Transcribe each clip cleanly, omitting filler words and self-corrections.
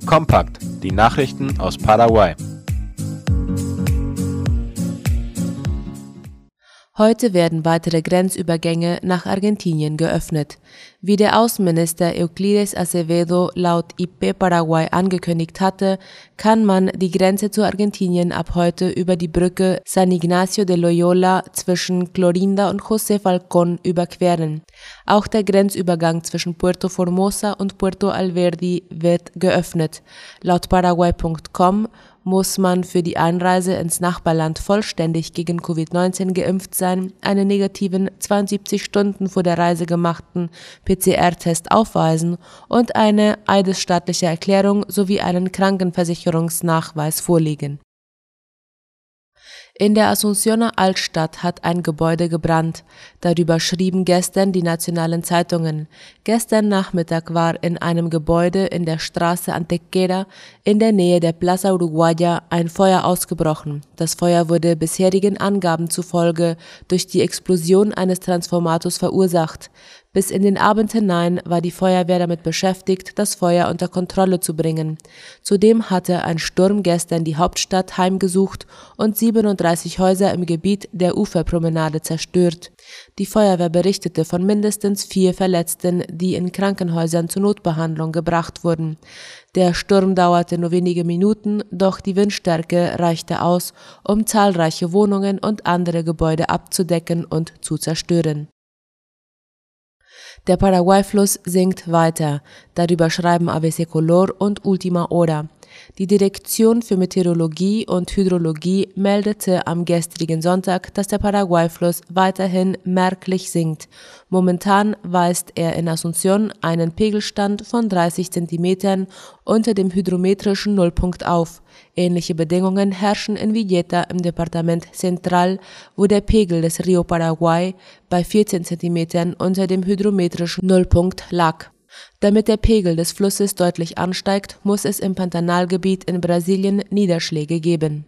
Kompakt, die Nachrichten aus Paraguay. Heute werden weitere Grenzübergänge nach Argentinien geöffnet. Wie der Außenminister Euclides Acevedo laut IP Paraguay angekündigt hatte, kann man die Grenze zu Argentinien ab heute über die Brücke San Ignacio de Loyola zwischen Clorinda und José Falcón überqueren. Auch der Grenzübergang zwischen Puerto Formosa und Puerto Alberdi wird geöffnet. Laut Paraguay.com muss man für die Einreise ins Nachbarland vollständig gegen Covid-19 geimpft sein, einen negativen 72 Stunden vor der Reise gemachten PCR-Test aufweisen und eine eidesstattliche Erklärung sowie einen Krankenversicherungsnachweis vorlegen. In der Asuncioner Altstadt hat ein Gebäude gebrannt. Darüber schrieben gestern die nationalen Zeitungen. Gestern Nachmittag war in einem Gebäude in der Straße Antequera in der Nähe der Plaza Uruguaya ein Feuer ausgebrochen. Das Feuer wurde bisherigen Angaben zufolge durch die Explosion eines Transformators verursacht. Bis in den Abend hinein war die Feuerwehr damit beschäftigt, das Feuer unter Kontrolle zu bringen. Zudem hatte ein Sturm gestern die Hauptstadt heimgesucht und 37 Häuser im Gebiet der Uferpromenade zerstört. Die Feuerwehr berichtete von mindestens 4 Verletzten, die in Krankenhäusern zur Notbehandlung gebracht wurden. Der Sturm dauerte nur wenige Minuten, doch die Windstärke reichte aus, um zahlreiche Wohnungen und andere Gebäude abzudecken und zu zerstören. Der Paraguay-Fluss sinkt weiter, darüber schreiben ABC Color und Última Hora. Die Direktion für Meteorologie und Hydrologie meldete am gestrigen Sonntag, dass der Paraguay-Fluss weiterhin merklich sinkt. Momentan weist er in Asunción einen Pegelstand von 30 Zentimetern unter dem hydrometrischen Nullpunkt auf. Ähnliche Bedingungen herrschen in Villeta im Departement Central, wo der Pegel des Rio Paraguay bei 14 Zentimetern unter dem hydrometrischen Nullpunkt lag. Damit der Pegel des Flusses deutlich ansteigt, muss es im Pantanalgebiet in Brasilien Niederschläge geben.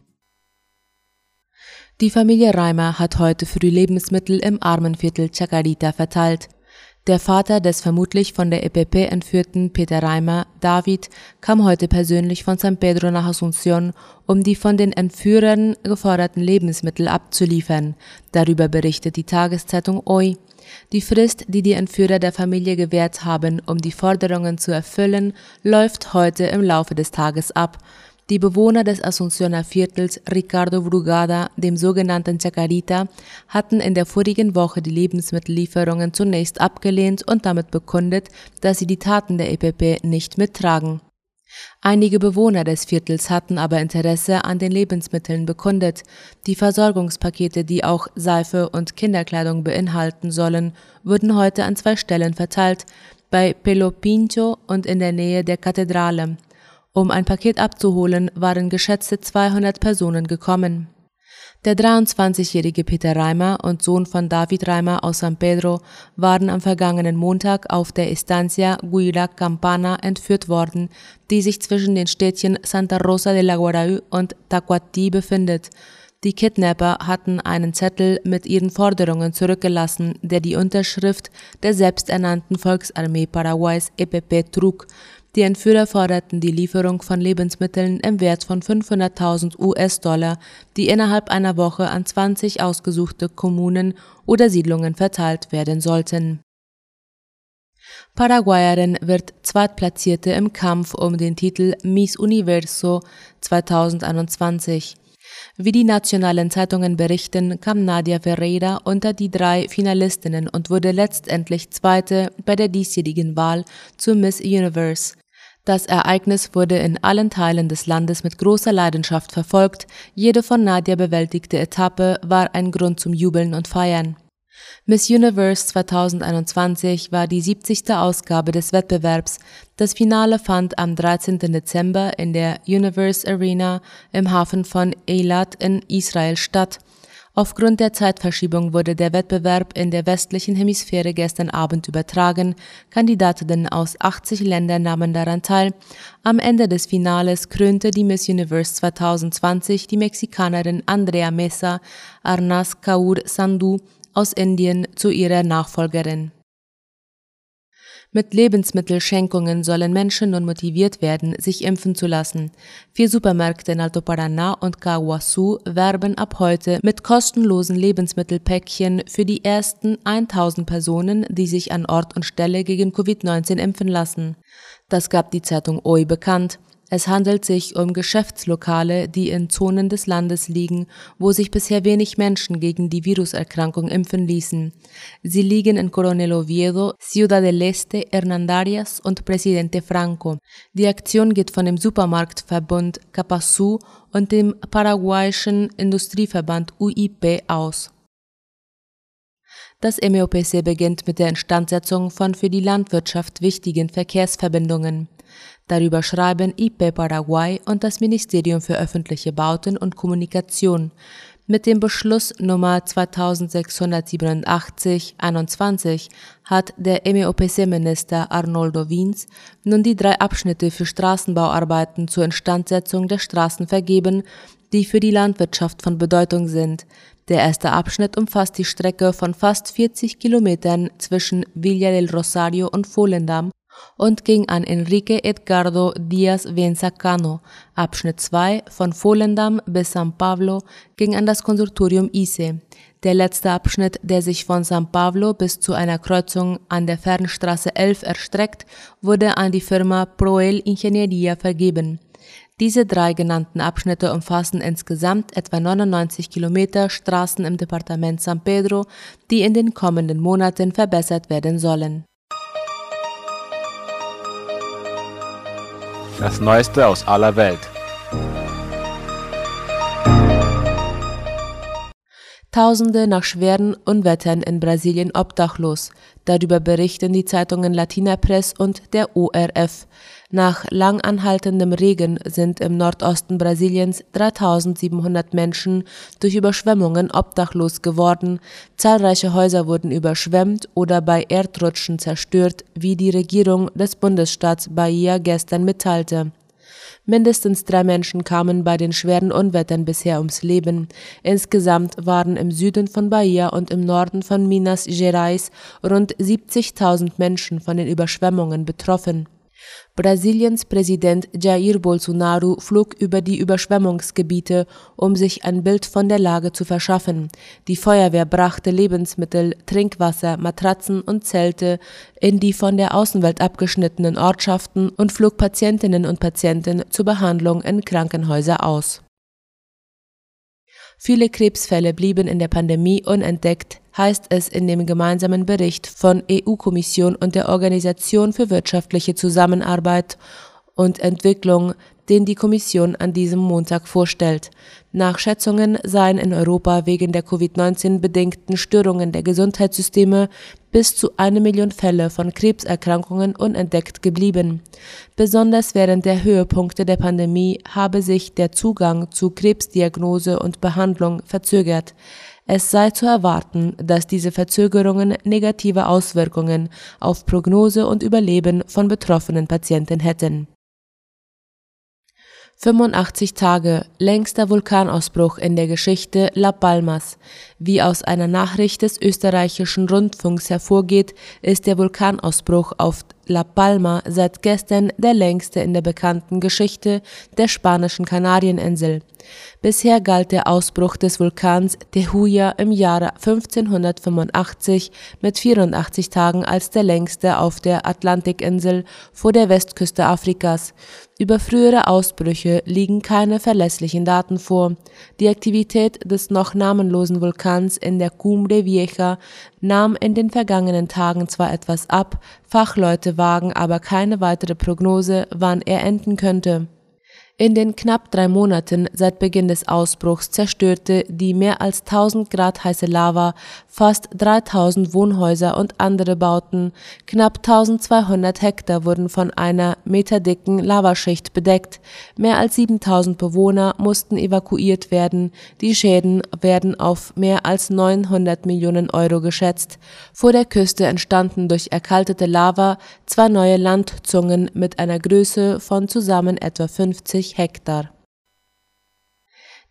Die Familie Reimer hat heute früh Lebensmittel im Armenviertel Chacarita verteilt. Der Vater des vermutlich von der EPP entführten Peter Reimer, David, kam heute persönlich von San Pedro nach Asunción, um die von den Entführern geforderten Lebensmittel abzuliefern. Darüber berichtet die Tageszeitung Hoy. Die Frist, die die Entführer der Familie gewährt haben, um die Forderungen zu erfüllen, läuft heute im Laufe des Tages ab. Die Bewohner des Asuncioner Viertels Ricardo Brugada, dem sogenannten Chacarita, hatten in der vorigen Woche die Lebensmittellieferungen zunächst abgelehnt und damit bekundet, dass sie die Taten der EPP nicht mittragen. Einige Bewohner des Viertels hatten aber Interesse an den Lebensmitteln bekundet. Die Versorgungspakete, die auch Seife und Kinderkleidung beinhalten sollen, wurden heute an 2 Stellen verteilt, bei Pelo Pincho und in der Nähe der Kathedrale. Um ein Paket abzuholen, waren geschätzte 200 Personen gekommen. Der 23-jährige Peter Reimer und Sohn von David Reimer aus San Pedro waren am vergangenen Montag auf der Estancia Guira Campana entführt worden, die sich zwischen den Städtchen Santa Rosa de la Guaraú und Tacuatí befindet. Die Kidnapper hatten einen Zettel mit ihren Forderungen zurückgelassen, der die Unterschrift der selbsternannten Volksarmee Paraguays EPP trug. Die Entführer forderten die Lieferung von Lebensmitteln im Wert von 500.000 US-Dollar, die innerhalb einer Woche an 20 ausgesuchte Kommunen oder Siedlungen verteilt werden sollten. Paraguayerin wird Zweitplatzierte im Kampf um den Titel Miss Universo 2021. Wie die nationalen Zeitungen berichten, kam Nadia Ferreira unter die 3 Finalistinnen und wurde letztendlich Zweite bei der diesjährigen Wahl zur Miss Universe. Das Ereignis wurde in allen Teilen des Landes mit großer Leidenschaft verfolgt. Jede von Nadia bewältigte Etappe war ein Grund zum Jubeln und Feiern. Miss Universe 2021 war die 70. Ausgabe des Wettbewerbs. Das Finale fand am 13. Dezember in der Universe Arena im Hafen von Eilat in Israel statt. Aufgrund der Zeitverschiebung wurde der Wettbewerb in der westlichen Hemisphäre gestern Abend übertragen. Kandidatinnen aus 80 Ländern nahmen daran teil. Am Ende des Finales krönte die Miss Universe 2020 die Mexikanerin Andrea Mesa Arnaz Kaur Sandhu aus Indien zu ihrer Nachfolgerin. Mit Lebensmittelschenkungen sollen Menschen nun motiviert werden, sich impfen zu lassen. 4 Supermärkte in Alto Paraná und Caaguazú werben ab heute mit kostenlosen Lebensmittelpäckchen für die ersten 1000 Personen, die sich an Ort und Stelle gegen Covid-19 impfen lassen. Das gab die Zeitung OI bekannt. Es handelt sich um Geschäftslokale, die in Zonen des Landes liegen, wo sich bisher wenig Menschen gegen die Viruserkrankung impfen ließen. Sie liegen in Coronel Oviedo, Ciudad del Este, Hernandarias und Presidente Franco. Die Aktion geht von dem Supermarktverbund Capasú und dem paraguayischen Industrieverband UIP aus. Das MEOPC beginnt mit der Instandsetzung von für die Landwirtschaft wichtigen Verkehrsverbindungen. Darüber schreiben IP Paraguay und das Ministerium für öffentliche Bauten und Kommunikation. Mit dem Beschluss Nummer 2687/21 hat der MEOPC-Minister Arnoldo Wiens nun die 3 Abschnitte für Straßenbauarbeiten zur Instandsetzung der Straßen vergeben, die für die Landwirtschaft von Bedeutung sind. Der erste Abschnitt umfasst die Strecke von fast 40 Kilometern zwischen Villa del Rosario und Volendam und ging an Enrique Edgardo Díaz Venzacano. Abschnitt 2 von Volendam bis San Pablo ging an das Konsortium ICE. Der letzte Abschnitt, der sich von San Pablo bis zu einer Kreuzung an der Fernstraße 11 erstreckt, wurde an die Firma Proel Ingeniería vergeben. Diese 3 genannten Abschnitte umfassen insgesamt etwa 99 Kilometer Straßen im Departement San Pedro, die in den kommenden Monaten verbessert werden sollen. Das Neueste aus aller Welt. Tausende nach schweren Unwettern in Brasilien obdachlos. Darüber berichten die Zeitungen Latina Press und der ORF. Nach lang anhaltendem Regen sind im Nordosten Brasiliens 3700 Menschen durch Überschwemmungen obdachlos geworden. Zahlreiche Häuser wurden überschwemmt oder bei Erdrutschen zerstört, wie die Regierung des Bundesstaats Bahia gestern mitteilte. Mindestens 3 Menschen kamen bei den schweren Unwettern bisher ums Leben. Insgesamt waren im Süden von Bahia und im Norden von Minas Gerais rund 70.000 Menschen von den Überschwemmungen betroffen. Brasiliens Präsident Jair Bolsonaro flog über die Überschwemmungsgebiete, um sich ein Bild von der Lage zu verschaffen. Die Feuerwehr brachte Lebensmittel, Trinkwasser, Matratzen und Zelte in die von der Außenwelt abgeschnittenen Ortschaften und flog Patientinnen und Patienten zur Behandlung in Krankenhäuser aus. Viele Krebsfälle blieben in der Pandemie unentdeckt, heißt es in dem gemeinsamen Bericht von EU-Kommission und der Organisation für wirtschaftliche Zusammenarbeit und Entwicklung, den die Kommission an diesem Montag vorstellt. Nach Schätzungen seien in Europa wegen der Covid-19-bedingten Störungen der Gesundheitssysteme bis zu 1 Million Fälle von Krebserkrankungen unentdeckt geblieben. Besonders während der Höhepunkte der Pandemie habe sich der Zugang zu Krebsdiagnose und Behandlung verzögert. Es sei zu erwarten, dass diese Verzögerungen negative Auswirkungen auf Prognose und Überleben von betroffenen Patienten hätten. 85 Tage, längster Vulkanausbruch in der Geschichte La Palmas. Wie aus einer Nachricht des österreichischen Rundfunks hervorgeht, ist der Vulkanausbruch auf La Palma seit gestern der längste in der bekannten Geschichte der spanischen Kanarieninsel. Bisher galt der Ausbruch des Vulkans Tehuya im Jahre 1585 mit 84 Tagen als der längste auf der Atlantikinsel vor der Westküste Afrikas. Über frühere Ausbrüche liegen keine verlässlichen Daten vor. Die Aktivität des noch namenlosen Vulkans in der Cumbre Vieja nahm in den vergangenen Tagen zwar etwas ab, Fachleute wagen aber keine weitere Prognose, wann er enden könnte. In den knapp 3 Monaten seit Beginn des Ausbruchs zerstörte die mehr als 1000 Grad heiße Lava fast 3000 Wohnhäuser und andere Bauten. Knapp 1200 Hektar wurden von einer meterdicken Lavaschicht bedeckt. Mehr als 7000 Bewohner mussten evakuiert werden. Die Schäden werden auf mehr als 900 Millionen Euro geschätzt. Vor der Küste entstanden durch erkaltete Lava 2 neue Landzungen mit einer Größe von zusammen etwa 50 Hektar.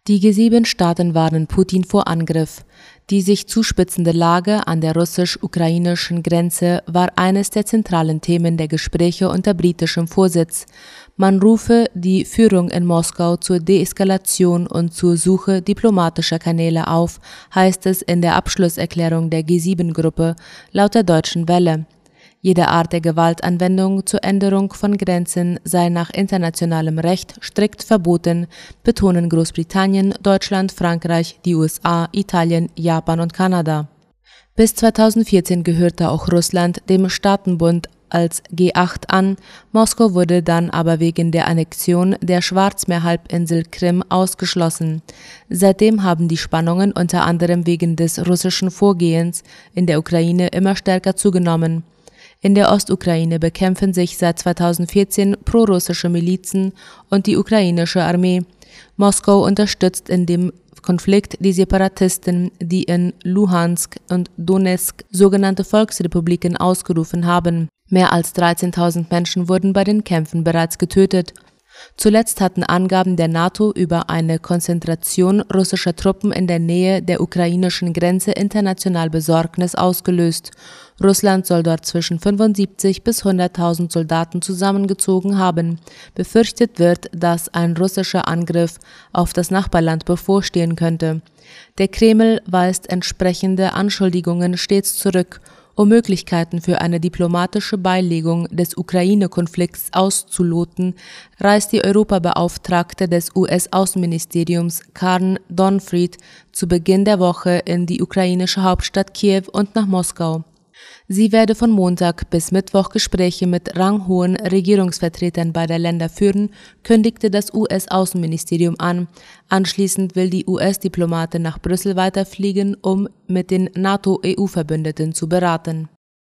Die G7-Staaten warnen Putin vor Angriff. Die sich zuspitzende Lage an der russisch-ukrainischen Grenze war eines der zentralen Themen der Gespräche unter britischem Vorsitz. Man rufe die Führung in Moskau zur Deeskalation und zur Suche diplomatischer Kanäle auf, heißt es in der Abschlusserklärung der G7-Gruppe laut der Deutschen Welle. Jede Art der Gewaltanwendung zur Änderung von Grenzen sei nach internationalem Recht strikt verboten, betonen Großbritannien, Deutschland, Frankreich, die USA, Italien, Japan und Kanada. Bis 2014 gehörte auch Russland dem Staatenbund als G8 an, Moskau wurde dann aber wegen der Annexion der Schwarzmeerhalbinsel Krim ausgeschlossen. Seitdem haben die Spannungen unter anderem wegen des russischen Vorgehens in der Ukraine immer stärker zugenommen. In der Ostukraine bekämpfen sich seit 2014 prorussische Milizen und die ukrainische Armee. Moskau unterstützt in dem Konflikt die Separatisten, die in Luhansk und Donezk sogenannte Volksrepubliken ausgerufen haben. Mehr als 13.000 Menschen wurden bei den Kämpfen bereits getötet. Zuletzt hatten Angaben der NATO über eine Konzentration russischer Truppen in der Nähe der ukrainischen Grenze international Besorgnis ausgelöst. Russland soll dort zwischen 75 bis 100.000 Soldaten zusammengezogen haben. Befürchtet wird, dass ein russischer Angriff auf das Nachbarland bevorstehen könnte. Der Kreml weist entsprechende Anschuldigungen stets zurück. Um Möglichkeiten für eine diplomatische Beilegung des Ukraine-Konflikts auszuloten, reist die Europabeauftragte des US-Außenministeriums Karen Donfried zu Beginn der Woche in die ukrainische Hauptstadt Kiew und nach Moskau. Sie werde von Montag bis Mittwoch Gespräche mit ranghohen Regierungsvertretern beider Länder führen, kündigte das US-Außenministerium an. Anschließend will die US-Diplomatin nach Brüssel weiterfliegen, um mit den NATO-EU-Verbündeten zu beraten.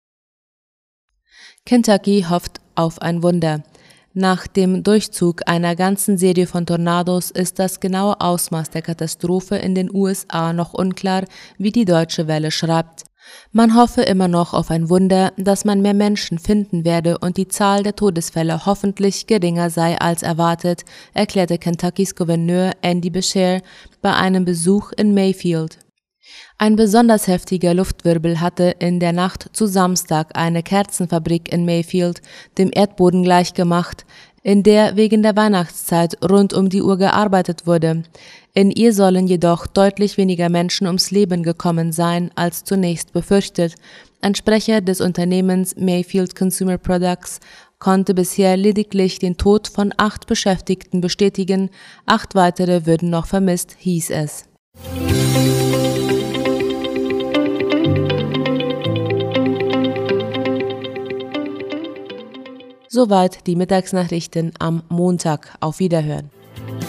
Kentucky hofft auf ein Wunder. Nach dem Durchzug einer ganzen Serie von Tornados ist das genaue Ausmaß der Katastrophe in den USA noch unklar, wie die Deutsche Welle schreibt. Man hoffe immer noch auf ein Wunder, dass man mehr Menschen finden werde und die Zahl der Todesfälle hoffentlich geringer sei als erwartet, erklärte Kentuckys Gouverneur Andy Beshear bei einem Besuch in Mayfield. Ein besonders heftiger Luftwirbel hatte in der Nacht zu Samstag eine Kerzenfabrik in Mayfield dem Erdboden gleichgemacht, in der wegen der Weihnachtszeit rund um die Uhr gearbeitet wurde. In ihr sollen jedoch deutlich weniger Menschen ums Leben gekommen sein, als zunächst befürchtet. Ein Sprecher des Unternehmens Mayfield Consumer Products konnte bisher lediglich den Tod von 8 Beschäftigten bestätigen, 8 weitere würden noch vermisst, hieß es. Soweit die Mittagsnachrichten am Montag. Auf Wiederhören.